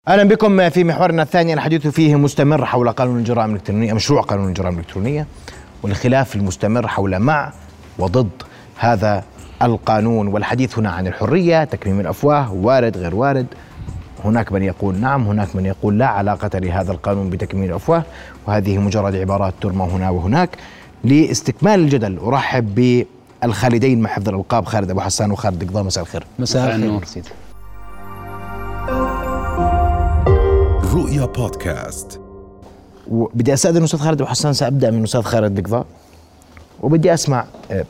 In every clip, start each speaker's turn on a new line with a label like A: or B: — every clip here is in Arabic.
A: أهلا بكم في محورنا الثاني الحديث فيه مستمر حول قانون الجرائم الإلكترونية، مشروع قانون الجرائم الإلكترونية، والخلاف المستمر حول مع وضد هذا القانون. والحديث هنا عن الحرية، تكميم الأفواه، وارد غير وارد. هناك من يقول نعم، هناك من يقول لا علاقة لهذا القانون بتكميم الأفواه، وهذه مجرد عبارات ترمى هنا وهناك. لاستكمال الجدل أرحب بالخالدين مع حفظ الألقاب، خالد أبو حسان وخالد دقضاء. مساء الخير.
B: مساء الخير.
C: رؤيا بودكاست.
A: وبدي أستأذن أستاذ خالد أبو حسان، سأبدأ من أستاذ خالد دقضاء، وبدي أسمع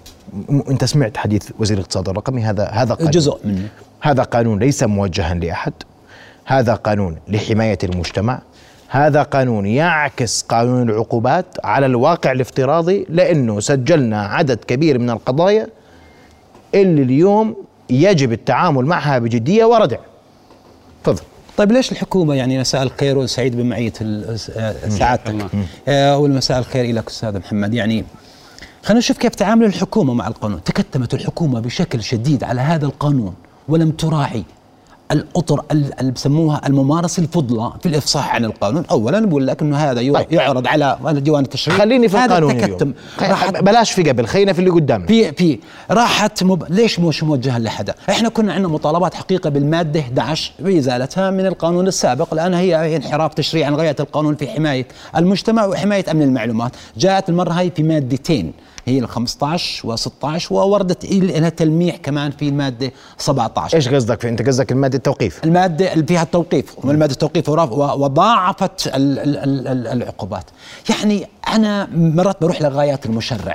A: أنت سمعت حديث وزير الاقتصاد الرقمي، هذا قانون
B: جزء منه.
A: هذا قانون ليس موجها لأحد، هذا قانون لحماية المجتمع، هذا قانون يعكس قانون العقوبات على الواقع الافتراضي، لأنه سجلنا عدد كبير من القضايا اللي اليوم يجب التعامل معها بجدية وردع. تفضل.
B: طيب ليش الحكومة، يعني مساء الخير وسعيد بمعية سعادتك، والمساء الخير لك أستاذ محمد. يعني خلينا نشوف كيف تعامل الحكومة مع القانون. تكتمت الحكومة بشكل شديد على هذا القانون ولم تراعي الأطر اللي بسموها الممارسة الفضلى في الإفصاح عن القانون. أولا بقول لك إنه هذا يعرض على ديوان التشريع.
A: خليني في القانون اليوم، بلاش في قبل، خلينا في اللي قدامنا.
B: في راحت ليش مش موجهة لحدا؟ احنا كنا عندنا مطالبات حقيقة بالمادة 11 بإزالتها من القانون السابق، لأنها هي انحراف تشريعي عن غاية القانون في حماية المجتمع وحماية أمن المعلومات. جاءت المرة هاي في مادتين، هي ال 15 و16، ووردت لها تلميح كمان في المادة 17.
A: ايش قصدك؟ انت قصدك المادة التوقيف؟ المادة
B: اللي فيها التوقيف، والمادة التوقيف وضاعفت العقوبات. يعني أنا مرات بروح لغايات المشرع.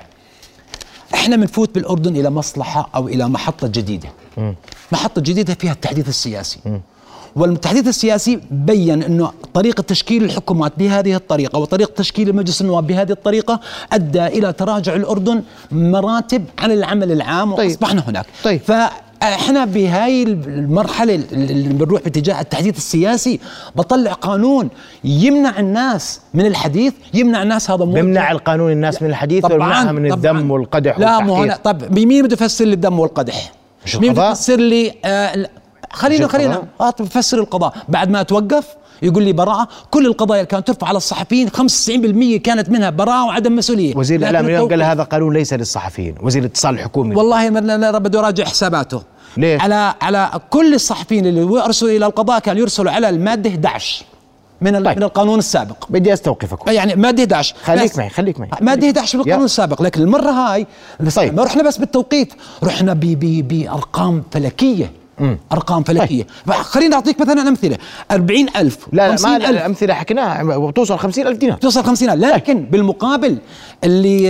B: احنا بنفوت بالأردن إلى مصلحة أو إلى محطة جديدة. محطة جديدة فيها التحديث السياسي. والتحديث السياسي بيّن أنه طريقة تشكيل الحكومات بهذه الطريقة وطريقة تشكيل المجلس النواب بهذه الطريقة أدى إلى تراجع الأردن مراتب عن العمل العام.
A: طيب.
B: وأصبحنا هناك.
A: طيب.
B: فإحنا بهاي المرحلة اللي بنروح باتجاه التحديث السياسي، بطلع قانون يمنع الناس من الحديث، يمنع الناس. هذا
A: بيمنع القانون الناس من الحديث ويمنعها من الذم والقدح
B: لا
A: والتحقير.
B: مو هنا. طب مين بده يفسر لي الذم والقدح؟ مين بده يفسر لي خلينا تفسر القضاء بعد ما توقف يقول لي براءة. كل القضايا اللي كانت ترفع على الصحفيين 95% كانت منها براءة وعدم مسؤولية.
A: وزير الإعلام اليوم قال هذا قانون ليس للصحفيين. وزير الاتصال الحكومي
B: والله لا بده يراجع حساباته.
A: ليه؟
B: على كل الصحفيين اللي يرسلوا إلى القضاء كانوا يرسلوا على المادة 11 من القانون السابق.
A: بدي استوقفك،
B: يعني مادة 11.
A: خليك معي
B: مادة 11 بالقانون السابق، لكن المرة هاي
A: طيب.
B: ما رحنا بس بالتوقيف، رحنا بأرقام فلكية. أرقام فلكية. خليني أعطيك مثلا أمثلة. 40,000.
A: لا ما الأمثلة حكيناها بتوصل 50,000 دينار.
B: توصل 50,000، لكن بالمقابل اللي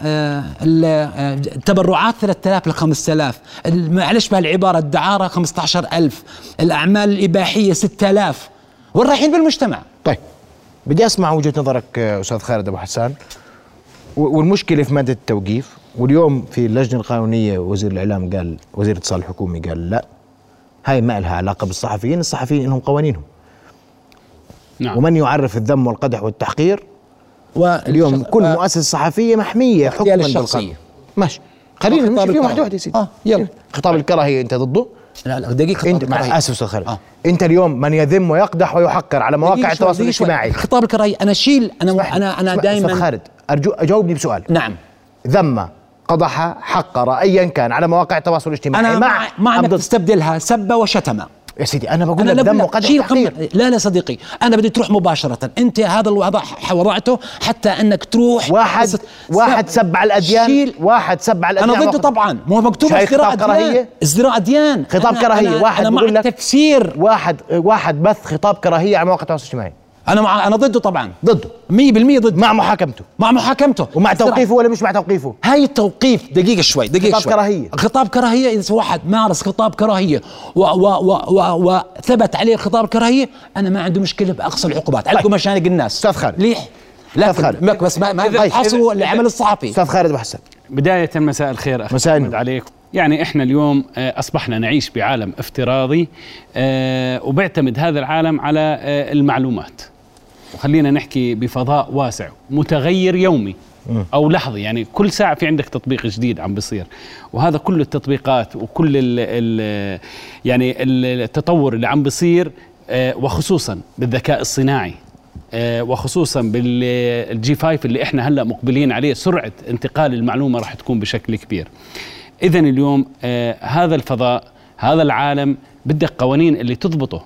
B: التبرعات 3,000 ل 5,000. معلش بهالعبارة، الدعارة 15,000، الأعمال الإباحية 6,000، والرايحين بالمجتمع.
A: طيب بدي أسمع وجهة نظرك أستاذ خالد أبو حسان. والمشكلة في مادة التوقيف، واليوم في اللجنة القانونية وزير الإعلام قال، وزير الاتصال الحكومي قال لا، هاي ما لها علاقة بالصحفيين، الصحفيين إنهم قوانينهم.
C: نعم.
A: ومن يعرف الذم والقدح والتحقير، واليوم كل مؤسسة صحفية محمية حكما بالقانون. ماشي، خلينا نمشي فيهم واحد يا سيدي.
B: يلا.
A: خطاب الكراهية أنت ضده؟
B: لا دقيقة.
A: أنت مع آسف أستاذ خالد، أنت اليوم من يذم ويقدح ويحقر على مواقع التواصل الاجتماعي.
B: خطاب الكراهية أنا شيل. أنا دائما
A: أستاذ خالد أرجو أجاوبني بسؤال.
B: نعم.
A: ذم، قضح، حقر أيا كان على مواقع التواصل الاجتماعي،
B: أنا مع أنك تستبدلها سب وشتم.
A: يا سيدي أنا بقول لك ذم وقدح وتحقير.
B: لا صديقي، أنا بدي تروح مباشرة. أنت هذا الوضع وضعته حتى أنك تروح
A: واحد سب على الأديان. واحد سب على الأديان.
B: أنا ضده طبعا، مو مكتوب ازدراء أديان.
A: خطاب كراهية. واحد بقول لك
B: تفسير.
A: واحد بث خطاب كراهية على مواقع التواصل الاجتماعي.
B: أنا ضده طبعا،
A: ضده
B: 100% ضد.
A: مع محاكمته ومع توقيفه ولا مش مع توقيفه؟
B: هاي التوقيف دقيقة شوي. خطاب كراهية. إذا واحد مارس خطاب كراهية وثبت عليه خطاب كراهية، أنا ما عندي مشكلة بأقصى العقوبات. عليكم مشانق الناس.
A: أستاذ خالد
B: ليح. لا بس ما تحصلوا العمل الصحفي.
A: أستاذ خالد أبو حسن،
C: بداية مساء الخير أخي محمد عليكم. يعني إحنا اليوم أصبحنا نعيش بعالم افتراضي، وبيعتمد هذا العالم على المعلومات، وخلينا نحكي بفضاء واسع متغير يومي أو لحظي. يعني كل ساعة في عندك تطبيق جديد عم بيصير، وهذا كل التطبيقات وكل يعني التطور اللي عم بيصير وخصوصا بالذكاء الصناعي، وخصوصا بالجي 5 اللي احنا هلا مقبلين عليه، سرعة انتقال المعلومة راح تكون بشكل كبير. إذا اليوم هذا الفضاء، هذا العالم بدك قوانين اللي تضبطه.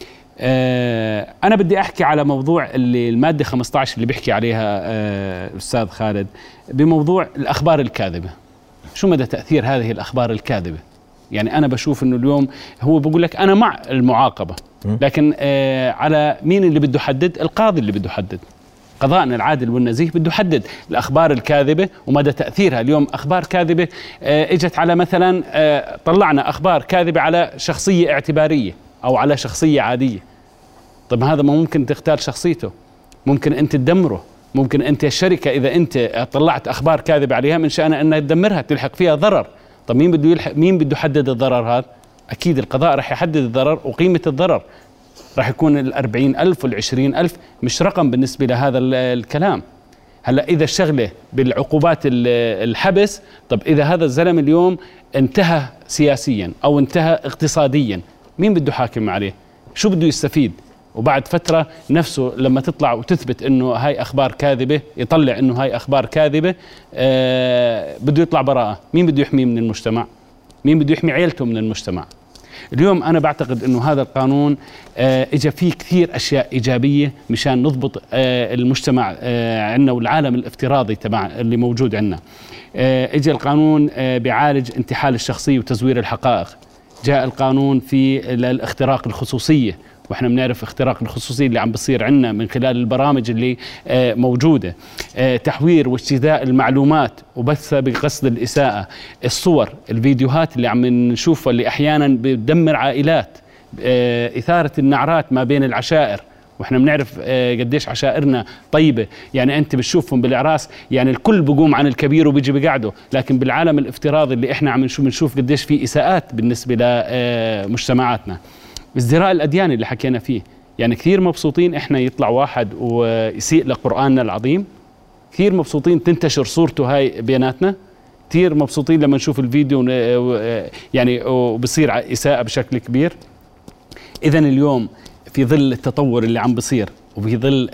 C: أنا بدي أحكي على موضوع اللي المادة 15 اللي بيحكي عليها الأستاذ خالد، بموضوع الأخبار الكاذبة. شو مدى تأثير هذه الأخبار الكاذبة؟ يعني أنا بشوف إنه اليوم هو بقول لك أنا مع المعاقبة، لكن على مين اللي بده يحدد؟ القاضي اللي بده يحدد. قضاءنا العادل والنزيه بده يحدد الأخبار الكاذبة ومدى تأثيرها. اليوم أخبار كاذبة إجت على مثلا طلعنا أخبار كاذبة على شخصية اعتبارية أو على شخصية عادية. طب هذا ما ممكن تغتال شخصيته، ممكن أنت تدمره، ممكن أنت الشركة إذا أنت طلعت أخبار كاذبة عليها من شأنها أنها تدمرها، تلحق فيها ضرر. طب مين بده يحدد الضرر هذا؟ أكيد القضاء رح يحدد الضرر وقيمة الضرر. رح يكون 40,000 وال20,000 مش رقم بالنسبة لهذا الكلام. هلا إذا الشغلة بالعقوبات الحبس، طب إذا هذا الزلم اليوم انتهى سياسيا أو انتهى اقتصاديا، مين بده حاكم عليه؟ شو بده يستفيد؟ وبعد فترة نفسه لما تطلع وتثبت انه هاي اخبار كاذبة، يطلع انه هاي اخبار كاذبة، بده يطلع براءة. مين بده يحميه من المجتمع؟ مين بده يحمي عيلته من المجتمع؟ اليوم انا بعتقد انه هذا القانون اجى فيه كثير اشياء ايجابية مشان نضبط المجتمع عندنا والعالم الافتراضي تبع اللي موجود عندنا. اجى القانون بيعالج انتحال الشخصية وتزوير الحقائق. جاء القانون في الاختراق الخصوصية، واحنا بنعرف اختراق الخصوصية اللي عم بصير عندنا من خلال البرامج اللي موجودة. تحوير واجتزاء المعلومات وبثها بقصد الإساءة. الصور، الفيديوهات اللي عم نشوفها اللي أحيانا بتدمر عائلات. إثارة النعرات ما بين العشائر، واحنا بنعرف قديش عشائرنا طيبة. يعني أنت بتشوفهم بالإعراس، يعني الكل بقوم عن الكبير وبيجي بقعده، لكن بالعالم الافتراضي اللي احنا عم بنشوف قديش في إساءات بالنسبة لمجتمعاتنا. ازدراء الأديان اللي حكينا فيه، يعني كثير مبسوطين احنا يطلع واحد ويسيء لقرآننا العظيم، كثير مبسوطين تنتشر صورته هاي بيناتنا، كثير مبسوطين لما نشوف الفيديو يعني وبصير إساءة بشكل كبير. إذا اليوم في ظل التطور اللي عم بصير وفي ظل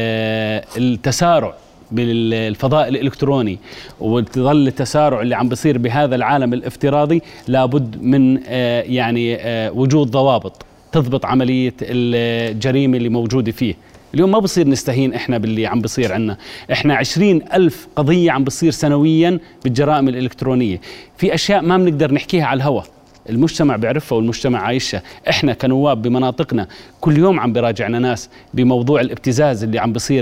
C: التسارع بالفضاء الإلكتروني وظل التسارع اللي عم بصير بهذا العالم الافتراضي، لابد من يعني وجود ضوابط تضبط عملية الجريمة اللي موجودة فيه. اليوم ما بصير نستهين احنا باللي عم بصير عنا. احنا 20,000 قضية عم بصير سنويا بالجرائم الإلكترونية. في أشياء ما بنقدر نحكيها على الهواء، المجتمع بيعرفها والمجتمع عايشها. احنا كنواب بمناطقنا كل يوم عم براجعنا ناس بموضوع الابتزاز اللي عم بصير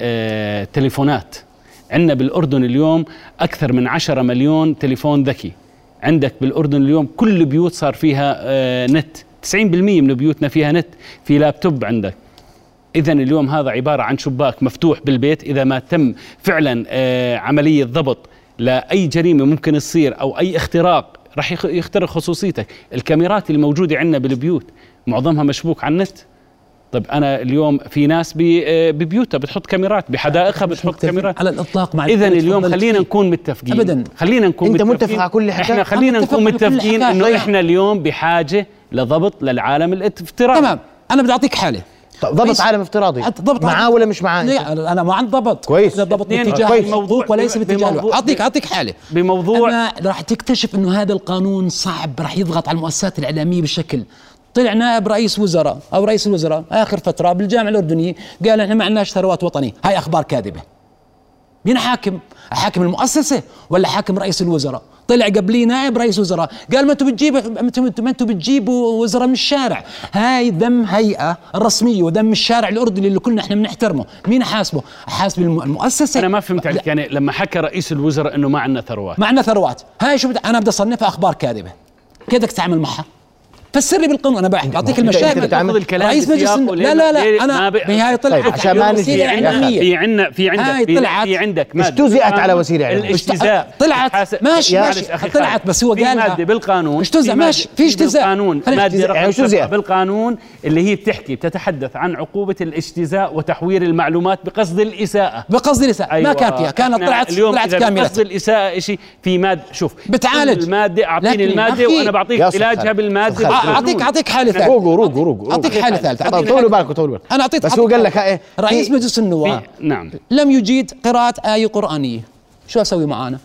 C: بتليفونات. عندنا بالأردن اليوم أكثر من 10 مليون تليفون ذكي. عندك بالأردن اليوم كل بيوت صار فيها نت، 90% من بيوتنا فيها نت، في لابتوب عندك. إذا اليوم هذا عبارة عن شباك مفتوح بالبيت، إذا ما تم فعلا عملية ضبط لأي جريمة ممكن تصير أو أي اختراق راح يخترق خصوصيتك. الكاميرات اللي موجودة عندنا بالبيوت معظمها مشبوك على النت. طب أنا اليوم في ناس ببيوتها بتحط كاميرات، بحدائقها بتحط كاميرات
B: على الإطلاق. مع
C: إذا اليوم خلينا نكون متفقين
B: أبدا،
C: خلينا نكون
A: أنت
C: متفقين.
A: متفق على كل حكاية.
C: إحنا خلينا نكون متفقين إنه إحنا اليوم بحاجة لضبط للعالم الافتراضي.
B: تمام. أنا بدي أعطيك حالة
A: ضبط عالم افتراضي معاه ولا مش معاه؟
B: انا مع الضبط
A: كويس،
B: الضبط باتجاه الحقوق وليس باتجاه. اعطيك حاله
C: بموضوع
B: أنا راح تكتشف انه هذا القانون صعب، راح يضغط على المؤسسات الاعلاميه بشكل. طلع نائب رئيس وزراء او رئيس الوزراء اخر فتره بالجامعه الاردنيه قال احنا ما عندناش ثروات وطنيه، هاي اخبار كاذبه. مين حاكم المؤسسه ولا حاكم رئيس الوزراء؟ طلع قبلي نائب رئيس وزراء قال ما انتم بتجيبوا وزراء من الشارع. هاي ذم هيئه رسميه وذم الشارع الاردني اللي كلنا احنا بنحترمه. مين حاسبه؟ حاسب المؤسسه.
C: انا ما فهمت عليك. يعني لما حكى رئيس الوزراء انه ما عندنا ثروات، هاي شو انا بدي اصنفها اخبار كاذبه. كيف بدك تتعامل معها؟ فسر لي بالقانون. انا بعطيك المشاكل. رئيس مجلس لا انا بهاي طلعت
A: عشان ما نسي.
C: في عندك
A: اجتزأت على وسيله اعلاميه.
C: الاجتزاء
B: طلعت ماشي طلعت، بس هو قال
C: ماده بالقانون
B: اجتزاء. ماشي في اجتزاء
C: قانون ماده رقم 7 بالقانون اللي هي بتتحدث عن عقوبة الاجتزاء وتحوير المعلومات بقصد الإساءة.
B: أيوة. ما كان فيها، كانت طلعت كاملة.
C: بقصد الإساءة شيء في مادة. شوف
B: بتعالج
C: المادة، أعطيني المادة وأنا بعطيك علاجها بالمادة.
B: اعطيك حاله ثالثه.
A: روقوا
B: اعطيك حاله ثالثه.
A: طولوا بالكم.
B: انا اعطيت
A: بس هو قال لك
B: رئيس مجلس النواب
C: نعم
B: لم يجيد قراءه ايه قرانيه، شو اسوي معانا؟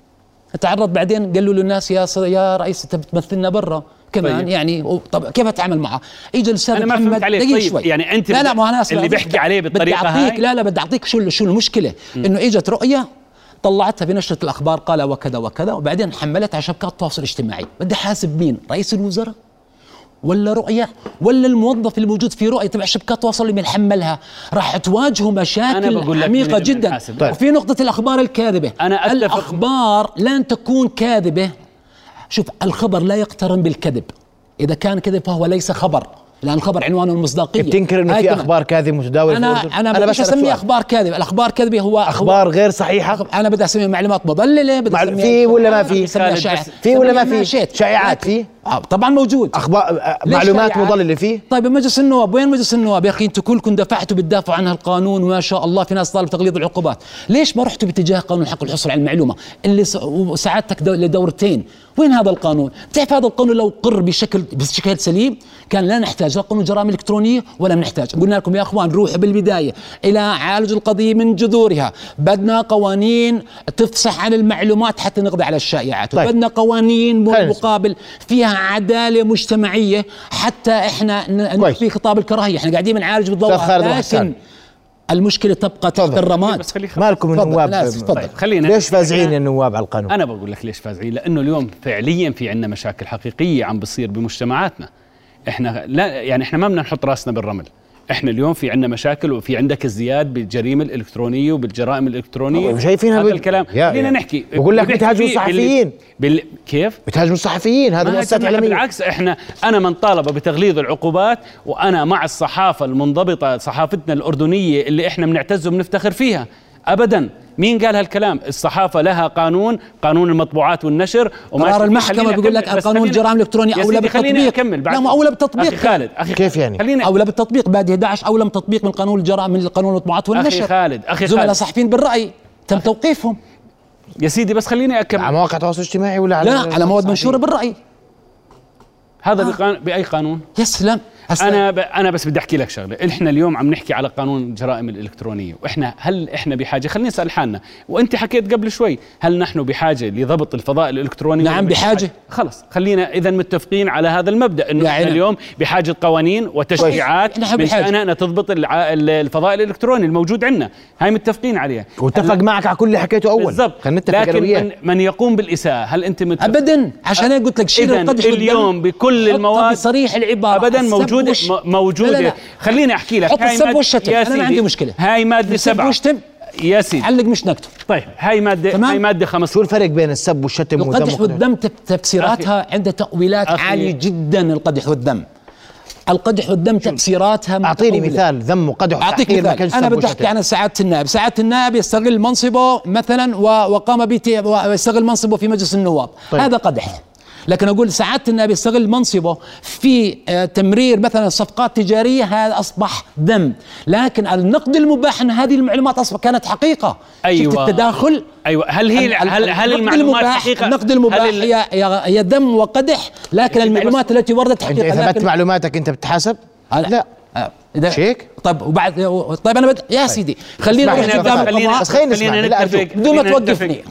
B: تعرض بعدين قالوا له الناس يا رئيس انت بتمثلنا برا كمان. طيب. يعني طب كيف اتعامل معه؟ اجى الاستاذ
C: انا ما فهمت عليك. طيب
B: شوي.
C: يعني انت
B: لا ما انا
C: اللي بيحكي عليه بالطريقه هاي.
B: لا بدي اعطيك شو المشكله. انه اجت رؤيه طلعتها في نشره الاخبار قال وكذا وكذا، وبعدين حملتها على شبكات التواصل الاجتماعي. بدي حاسب مين؟ رئيس الوزراء ولا رؤية ولا الموظف اللي موجود في رؤية تبع شبكات التواصل اللي بنحملها؟ راح تواجهوا مشاكل عميقة جدا.
C: طيب.
B: وفي نقطة الأخبار الكاذبة، الأخبار لن تكون كاذبة. شوف، الخبر لا يقترن بالكذب، إذا كان كذب فهو ليس خبر، لأن الخبر عنوانه المصداقية.
A: بتنكر إنه في أخبار كاذبة متداولة في الأردن؟
B: أنا بس أسمي أخبار كاذبة. الأخبار كاذبة هو
A: أخبار غير صحيحة.
B: أنا بدي أسمي معلومات مضللة.
A: في ولا ما في؟ في ولا ما في؟ شائعات في؟
B: طبعا موجود.
A: أخبار معلومات مضللة فيه.
B: طيب مجلس النواب، وين مجلس النواب يا أخي؟ أنتم كلكم دفعتوا بتدافعوا عن هالقانون وما شاء الله في ناس طالب تغليظ العقوبات، ليش ما رحتوا باتجاه قانون حق الحصول على المعلومة اللي ساعدتك لدورتين؟ وين هذا القانون؟ بتعرف هذا القانون لو قر بشكل سليم كان لا نحتاج لا قانون جرائم الكترونيه ولا نحتاج. قلنا لكم يا اخوان روحوا بالبدايه الى عالج القضيه من جذورها. بدنا قوانين تفصح عن المعلومات حتى نقضي على الشائعات. طيب. بدنا قوانين مقابل فيها عداله مجتمعيه حتى احنا نخفي خطاب الكراهيه. احنا قاعدين بنعالج بالضوء، لكن المشكله تبقى تحت الرماد.
A: مالكم النواب؟
C: خلينا
A: ليش فازعين النواب على القانون؟
C: انا بقول لك ليش فازعين، لانه اليوم فعليا في عندنا مشاكل حقيقيه عم بتصير بمجتمعاتنا. احنا لا يعني احنا ما بدنا نحط راسنا بالرمل. احنا اليوم في عندنا مشاكل وفي عندك ازدياد بالجريمه الالكترونيه وبالجرائم الالكترونيه.
A: شايفينها
C: هذا الكلام خلينا نحكي.
A: بقول لك بتهاجموا الصحفيين.
C: كيف
A: بتهاجموا الصحفيين؟ هذا مؤسسات اعلاميه.
C: بالعكس انا من طالب بتغليظ العقوبات، وانا مع الصحافه المنضبطه، صحافتنا الاردنيه اللي احنا بنعتز وبنفتخر فيها. ابدا، مين قال هالكلام؟ الصحافه لها قانون المطبوعات والنشر.
B: قرار المحكمه بيقول لك القانون الجرائم الالكترونيه اولى بالتطبيق. لا مو اولى بالتطبيق.
C: اخي خالد
A: كيف يعني؟
B: اولى بالتطبيق بعد 11 اولى بالتطبيق من قانون الجرائم من قانون المطبوعات والنشر.
C: اخي خالد
B: زملاء صحفيين بالراي تم توقيفهم
C: يا سيدي. بس خليني اكمل.
A: على مواقع التواصل الاجتماعي ولا
B: على مواد منشوره بالراي؟
C: هذا باي قانون؟
B: يسلم.
C: انا بس بدي احكي لك شغله. احنا اليوم عم نحكي على قانون الجرائم الالكترونيه، واحنا هل احنا بحاجه؟ خلينا نسال حالنا، وانت حكيت قبل شوي، هل نحن بحاجه لضبط الفضاء الالكتروني؟
B: نعم بحاجه.
C: خلص خلينا اذا متفقين على هذا المبدا، انه احنا اليوم بحاجه قوانين وتشريعات مشان تضبط الفضاء الالكتروني الموجود عندنا. هاي متفقين عليها
A: واتفق معك على كل اللي حكيته اول.
C: بالضبط. لكن من يقوم بالاساءه، هل انت متفق؟
B: ابدا. عشان هيك قلت لك شيل القدح
C: اليوم بكل المواد
B: بصريح العباره
C: ابدا موجوده.
B: لا.
C: خليني احكي لك.
B: حط السب والشتم، انا ما عندي مشكله.
C: هاي ماده 7 يا سيدي،
B: علق مش نكته.
C: طيب هاي ماده 5.
A: شو الفرق بين السب والشتم
B: القدح والذم؟ تفسيراتها عندها تأويلات عاليه جدا. القدح والذم تفسيراتها
A: اعطيني مثال ذم وقدح وتحقير.
B: انا بدي احكي عن سعاده النائب. سعاده النائب يستغل منصبه مثلا وقام ويستغل منصبه في مجلس النواب. طيب. هذا قدح. لكن أقول سعادة النائب يستغل منصبه في تمرير مثلا صفقات تجارية، هذا أصبح ذم. لكن النقد المباح أن هذه المعلومات كانت حقيقة.
C: أيوة.
B: شفت التداخل؟
C: أيوة. هل المعلومات حقيقة؟
B: النقد المباح هي ذم وقدح، لكن المعلومات التي وردت حقيقة.
A: أنت إذا ثبت معلوماتك أنت بتحاسب؟
B: لا.
A: شيك؟
B: طيب انا يا سيدي خلينا
C: نتفق
B: بدون ما توقفني.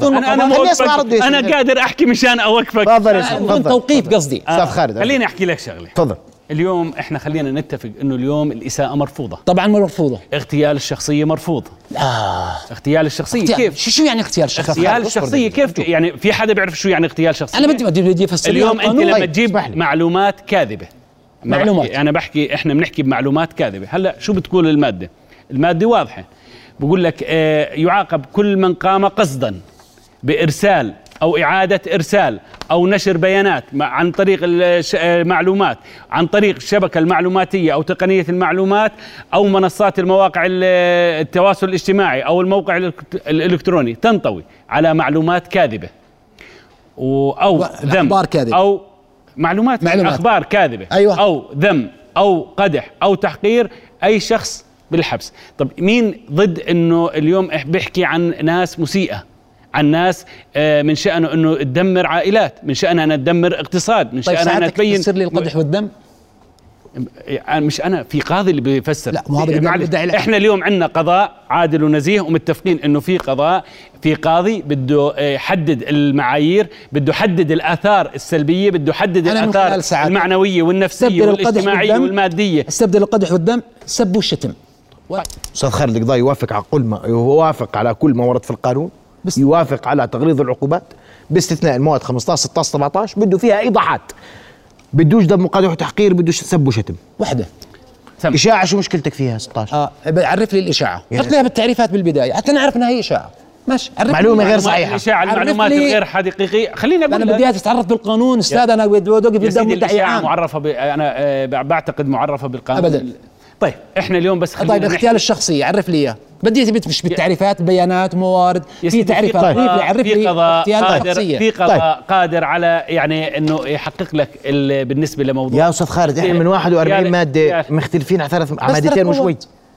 C: انا قادر احكي مشان اوقفك.
B: بدون توقيف قصدي.
A: استاذ خالد
C: خليني احكي لك شغله.
A: تفضل.
C: اليوم احنا خلينا نتفق انه اليوم الاساءه مرفوضه.
B: طبعا مرفوضه.
C: اغتيال الشخصيه مرفوض. اغتيال الشخصيه كيف؟
B: شو يعني اغتيال الشخصيه؟
C: اغتيال الشخصيه كيف يعني؟ في حدا بيعرف شو يعني اغتيال شخصيه؟
B: انا بدي افسر.
C: اليوم انت لما تجيب معلومات كاذبه،
B: انا
C: بحكي احنا بنحكي بمعلومات كاذبه. هلا شو بتقول الماده واضحه، بقول لك يعاقب كل من قام قصدا بارسال او اعاده ارسال او نشر بيانات عن طريق المعلومات، عن طريق الشبكه المعلوماتيه او تقنيه المعلومات او منصات المواقع التواصل الاجتماعي او الموقع الالكتروني، تنطوي على معلومات كاذبه او ذم او معلومات اخبار كاذبه.
B: أيوة.
C: او ذم او قدح او تحقير اي شخص بالحبس. طب مين ضد انه اليوم بيحكي عن ناس مسيئه عن ناس من شأنه انه تدمر عائلات، من شأنها انها تدمر اقتصاد، من شأنها انها تبين.
B: تفسر لي القدح والدم.
C: مش انا، في قاضي اللي بيفسر.
B: لا، مو هذا.
C: احنا اليوم عندنا قضاء عادل ونزيه ومتفقين انه في قضاء، في قاضي بده يحدد المعايير، بده يحدد الاثار السلبيه، بده يحدد الاثار المعنويه والنفسيه والاجتماعيه والماديه.
B: استبدل القدح والدم، سب والشتم.
A: استاذ خالد القضاء يوافق على كل ما ورد في القانون، يوافق على تغليظ العقوبات باستثناء المواد 15 16 17 بده فيها ايضاحات. بدوش دم وقدح وتحقير، بدوش سب وشتم.
B: وحده
A: اشاعه شو مشكلتك فيها 16؟
B: عرف لي الاشاعه، حط لي بالتعريفات بالبدايه حتى نعرف انها هي اشاعه. ماشي،
A: معلومه غير صحيحه.
C: الاشاعه، المعلومات الغير حقيقيه. خليني اقول
B: انا بدي اياها تتعرف بالقانون استاذ. انا بدي اوقف قدام مدعي عام.
C: معرفه انا بعتقد معرفه بالقانون
B: ابدا.
C: طيب احنا اليوم بس
B: طيب اغتيال الشخصيه عرف لي اياه. بدي مش بالتعريفات، بيانات، موارد، في تعريفات. عرف لي اغتيال الشخصيه.
C: في قضاء قادر على يعني انه يحقق لك بالنسبه لموضوع.
A: يا استاذ خالد احنا من 41 ماده مختلفين على مادتين وشوي.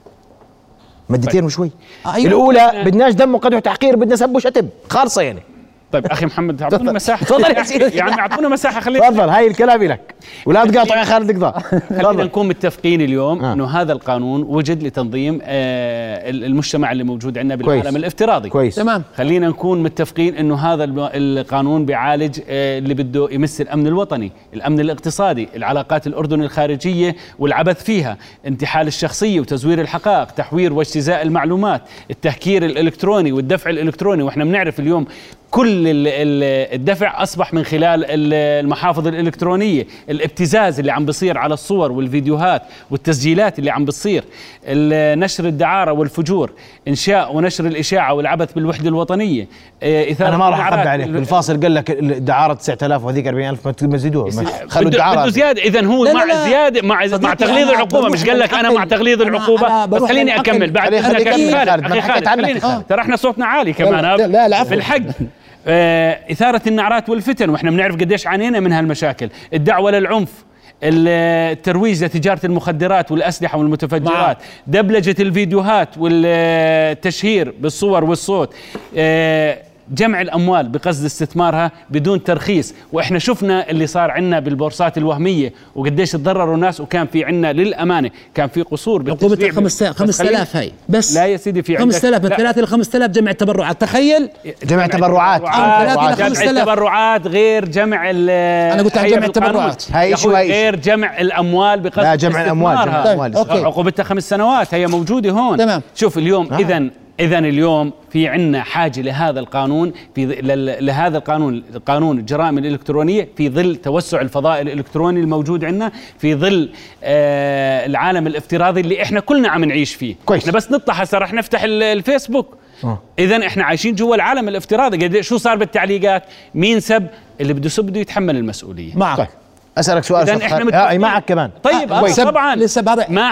A: مادتين وشوي.
B: أيوة.
A: الاولى بدناش دم وقدح وتحقير، بدنا سب وشتم خالصه يعني.
C: طيب اخي محمد اعطونا مساحه.
A: تفضل يا سيدي.
C: يعني اعطونا مساحه. خلينا
A: تفضل، هاي الكلام لك ولا تقاطع يا خالد القضاء.
C: خلينا نكون متفقين اليوم انه هذا القانون وجد لتنظيم المجتمع اللي موجود عندنا بالعالم الافتراضي.
A: كويس.
B: تمام.
C: خلينا نكون متفقين انه هذا القانون بيعالج اللي بده يمس الامن الوطني، الامن الاقتصادي، العلاقات الاردن الخارجيه والعبث فيها، انتحال الشخصيه وتزوير الحقائق، تحوير واجتزاء المعلومات، التهكير الالكتروني والدفع الالكتروني. واحنا بنعرف اليوم كل الدفع أصبح من خلال المحافظ الإلكترونية، الابتزاز اللي عم بصير على الصور والفيديوهات والتسجيلات اللي عم بتصير، نشر الدعارة والفجور، إنشاء ونشر الإشاعة والعبث بالوحدة الوطنية.
A: أنا ما راح أخبي عليك، بالفاصل قال لك الدعارة 9000 وهذيك 40000 ما تزيدوها، خلوا الدعارة
C: بده زيادة. إذا هو مع زيادة مع تغليظ العقوبة. مش قال لك أنا مع تغليظ العقوبة، بس خليني أكمل بعد إذنك أخي خالد. ترى احنا صوتنا عالي كمان.
B: لا
C: بالحق إثارة النعرات والفتن، وإحنا بنعرف قديش عانينا من هالمشاكل، الدعوة للعنف، الترويج لتجارة المخدرات والأسلحة والمتفجرات، دبلجة الفيديوهات والتشهير بالصور والصوت، جمع الأموال بقصد استثمارها بدون ترخيص. وإحنا شفنا اللي صار عنا بالبورصات الوهمية وقديش تضرروا الناس، وكان في عنا للأمانة كان في قصور
B: بالتشريع. عقوبة 5000 هاي بس.
C: لا يا سيدي، في
B: 5000 من 3 إلى 5000 جمع التبرعات. تخيل
A: جمع تبرعات.
C: جمع التبرعات غير جمع
B: أنا قلت جمع التبرعات.
A: هاي شو هي؟
C: غير جمع الأموال بقصد
A: لا، جمع الأموال.
C: عقوبتها 5 سنوات، هي موجودة هون.
B: تمام.
C: شوف اليوم إذن اليوم في عنا حاجة لهذا القانون، لهذا القانون الجرائم الإلكترونية، في ظل توسع الفضاء الإلكتروني الموجود عندنا، في ظل العالم الافتراضي اللي إحنا كلنا عم نعيش فيه.
A: كويس.
C: إحنا بس نطلع هسه رح نفتح الفيسبوك. إذن إحنا عايشين جوا العالم الافتراضي. شو صار بالتعليقات؟ مين سب؟ اللي بده يسب بده يتحمل المسؤولية.
B: معك.
A: طيب. أسألك سؤال.
C: احنا
A: معك كمان.
C: طيب طبعا ما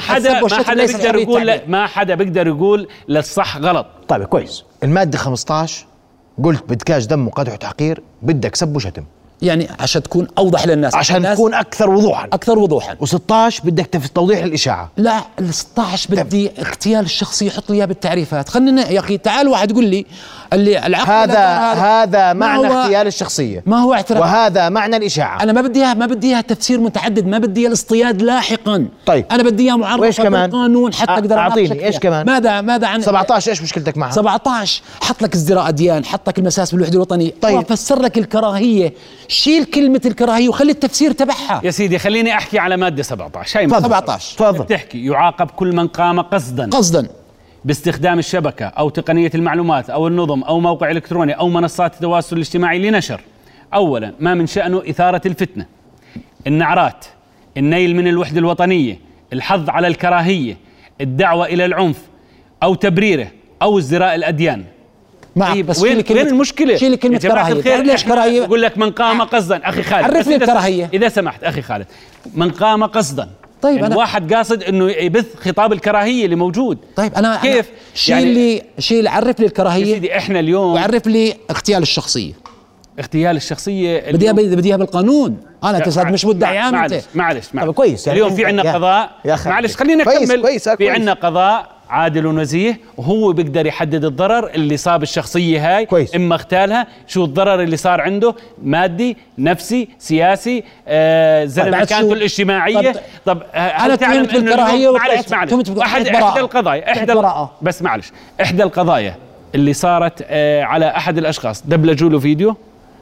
C: حدا بيقدر يقول للصح غلط.
A: طيب كويس. المادة 15 قلت بدكاش دم وقدح وتحقير، بدك سب وشتم،
B: يعني عشان تكون اوضح للناس،
A: عشان تكون اكثر وضوحا. و16 بدك توضيح الاشاعه.
B: لا، ال16 بدي اغتيال الشخصيه. حط لي اياها بالتعريفات. خلينا يا اخي، تعال واحد يقول لي اللي العقل
A: هذا معنى اغتيال الشخصيه،
B: ما هو اعتراف،
A: وهذا معنى الاشاعه.
B: انا ما بدي اياها تفسير متعدد، ما بدي الاصطياد لاحقا.
A: طيب
B: انا بدي اياها معرفه بالقانون حتى اقدر
A: اعطيني ايش كمان.
B: ماذا عن
A: 17 ايش مشكلتك معها؟
B: 17 حط لك ازدراء اديان، حط لك المساس بالوحده الوطنيه.
A: طيب
B: وفسر لك الكراهيه. شيل كلمه الكراهيه وخلي التفسير تبعها.
C: يا سيدي خليني احكي على ماده 17. هي
B: 17
A: تفضل.
C: بتحكي يعاقب كل من قام قصدا باستخدام الشبكه او تقنيه المعلومات او النظم او موقع الكتروني او منصات التواصل الاجتماعي لنشر اولا ما من شانه اثاره الفتنه، النعرات، النيل من الوحده الوطنيه، الحض على الكراهيه، الدعوه الى العنف او تبريره او ازدراء الاديان.
B: طيب بس
C: وين المشكله؟
B: شيل كلمه كراهيه.
C: ليش كراهيه؟ بقول لك من قام قصدا. اخي خالد
B: عرفني الكراهيه
C: اذا سمحت. اخي خالد، من قام قصدا.
B: طيب
C: يعني واحد قاصد انه يبث خطاب الكراهيه اللي موجود.
B: طيب انا
C: كيف؟
B: شيل عرف لي الكراهيه
C: يا سيدي. احنا اليوم
B: وعرف لي اغتيال الشخصيه.
C: اغتيال الشخصيه
B: بديها بالقانون. انا تسعد مش مدعي عام.
C: معلش
A: طب كويس.
C: اليوم في عندنا قضاء. معلش خلينا نكمل. في عندنا قضاء عادل ونزيه، وهو بيقدر يحدد الضرر اللي صاب الشخصية هاي
A: كويس.
C: إما اغتالها، شو الضرر اللي صار عنده، مادي نفسي سياسي، زلمة كانت الاجتماعية. طب
B: أنا تعلم بالكراهية
C: معلش أحد القضايا بس معلش إحدى القضايا اللي صارت على أحد الأشخاص دبلجوا له فيديو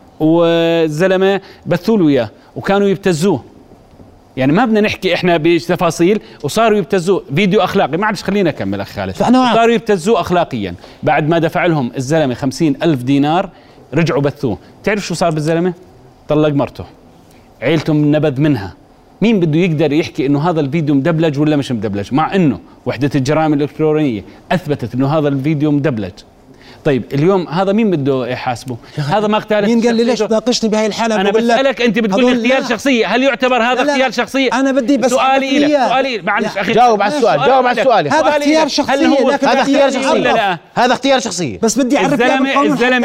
C: والزلمة بثوا له إياه وكانوا يبتزوه، يعني ما بدنا نحكي احنا بتفاصيل، وصاروا يبتزوه فيديو اخلاقي. معلش خلينا اكمل اخ خالد. صاروا يبتزوه اخلاقيا بعد ما دفع لهم الزلمه 50,000 دينار، رجعوا بثوه. تعرف شو صار بالزلمه؟ طلق مرته، عيلته نبذ منها. مين بده يقدر يحكي انه هذا الفيديو مدبلج ولا مش مدبلج، مع انه وحده الجرائم الالكترونيه اثبتت انه هذا الفيديو مدبلج؟ طيب اليوم هذا مين بده يحاسبه؟ هذا ما اغتال.
B: مين قال لي ليش ناقشني بهاي الحالة؟
C: انا بسألك، انت بتقول لي اغتيال شخصية، هل يعتبر هذا اغتيال شخصية؟
B: انا بدي بس
C: سؤالي معلش اخي،
A: جاوب على السؤال، جاوب على السؤال.
B: هذا اختيار شخصي،
A: هذا اختيار شخصي، لا هذا اختيار شخصي.
B: بس بدي اعرف
C: الزلمة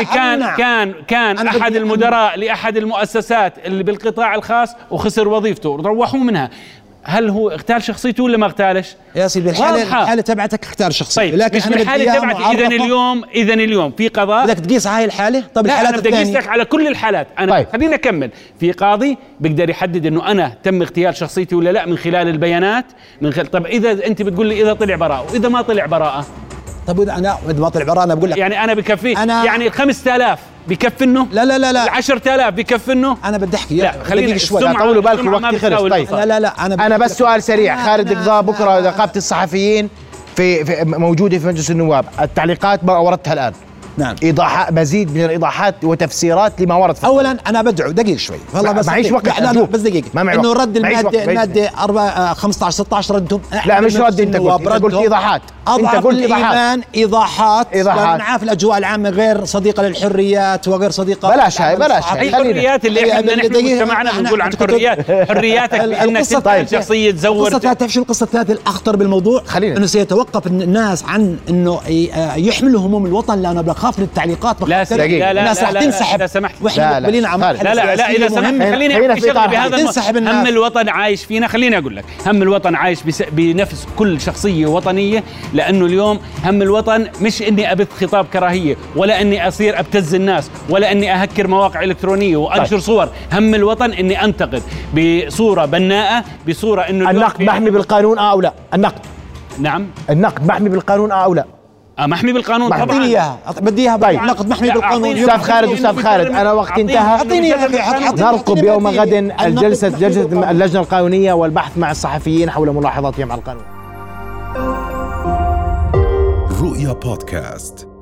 C: كان احد المدراء لاحد المؤسسات اللي بالقطاع الخاص وخسر وظيفته روحوه منها. هل هو اغتال شخصيته ولا ما اغتالش؟
B: يا سيدي الحالة تبعتك اختار شخصية.
C: طيب لكن مش بالحالة تبعتي. إذا اليوم في قضاء بدك
B: تقيس هاي الحالة. طب الحالات الثانية
C: بدي أقيسك على كل الحالات. أنا طيب. خلينا نكمل. في قاضي بيقدر يحدد إنه أنا تم اغتيال شخصيتي ولا لا من خلال البيانات، طب إذا أنت بتقول لي إذا طلع براءة وإذا ما طلع براءة،
B: طب إذا ما طلع براءة أنا بقول لك
C: يعني أنا بكفي يعني 5000 بكفنه؟
B: لا
C: 10,000 بكفنه؟
B: انا بدي احكي.
A: لا خلينا شوي طولوا بالكم الوقت خلص. طيب
B: لا
A: انا بس سؤال سريع. خالد قضاء بكره نقابه الصحفيين في موجوده في مجلس النواب، التعليقات ما اوردتها الان.
B: نعم.
A: ايضاح مزيد من الايضاحات وتفسيرات لما ورد.
B: اولا انا بدعو دقيقه شوي والله، بس
A: معيش وقت.
B: لا بس دقيقه انه رد الماده 15 16 ردهم.
A: لا مش رد، انت قلت ايضاحات.
B: انت قلت ايضاحات. انا عارف الاجواء العامه غير صديقه للحريات وغير صديقه.
A: بلاش هاي
C: الحريات اللي احنا مجتمعنا بنقول عن حرياتك انك انت شخصيه تزور.
B: تعرف شو القصه الثالثه الاخطر بالموضوع؟ انه سيتوقف الناس عن انه يحملوا هموم الوطن، لانه بخاف من التعليقات.
C: لا
B: الناس رح تنسحب
C: اذا سمحت.
B: واحنا مقبلين على
C: لا اذا سمحت خليني احكي شغله بهذا هم الوطن عايش فينا. خليني اقول لك هم الوطن عايش بنفس كل شخصيه وطنيه، لانه اليوم هم الوطن مش اني ابث خطاب كراهيه، ولا اني اصير ابتز الناس، ولا اني اهكر مواقع الكترونيه وانشر صور. هم الوطن اني انتقد بصوره بناءه، بصوره انه
A: النقد محمي بالقانون او لا؟ النقد
C: نعم،
A: النقد محمي بالقانون او لا؟
C: محمي بالقانون طبعا.
B: اعطيني اياها، بدي اياها.
A: طيب.
B: نقد محمي بالقانون.
A: استاذ خالد انا وقت انتهى. نرقب يوم غد جلسه اللجنه القانونيه والبحث مع الصحفيين حول ملاحظاتهم على القانون.
D: رؤيا بودكاست.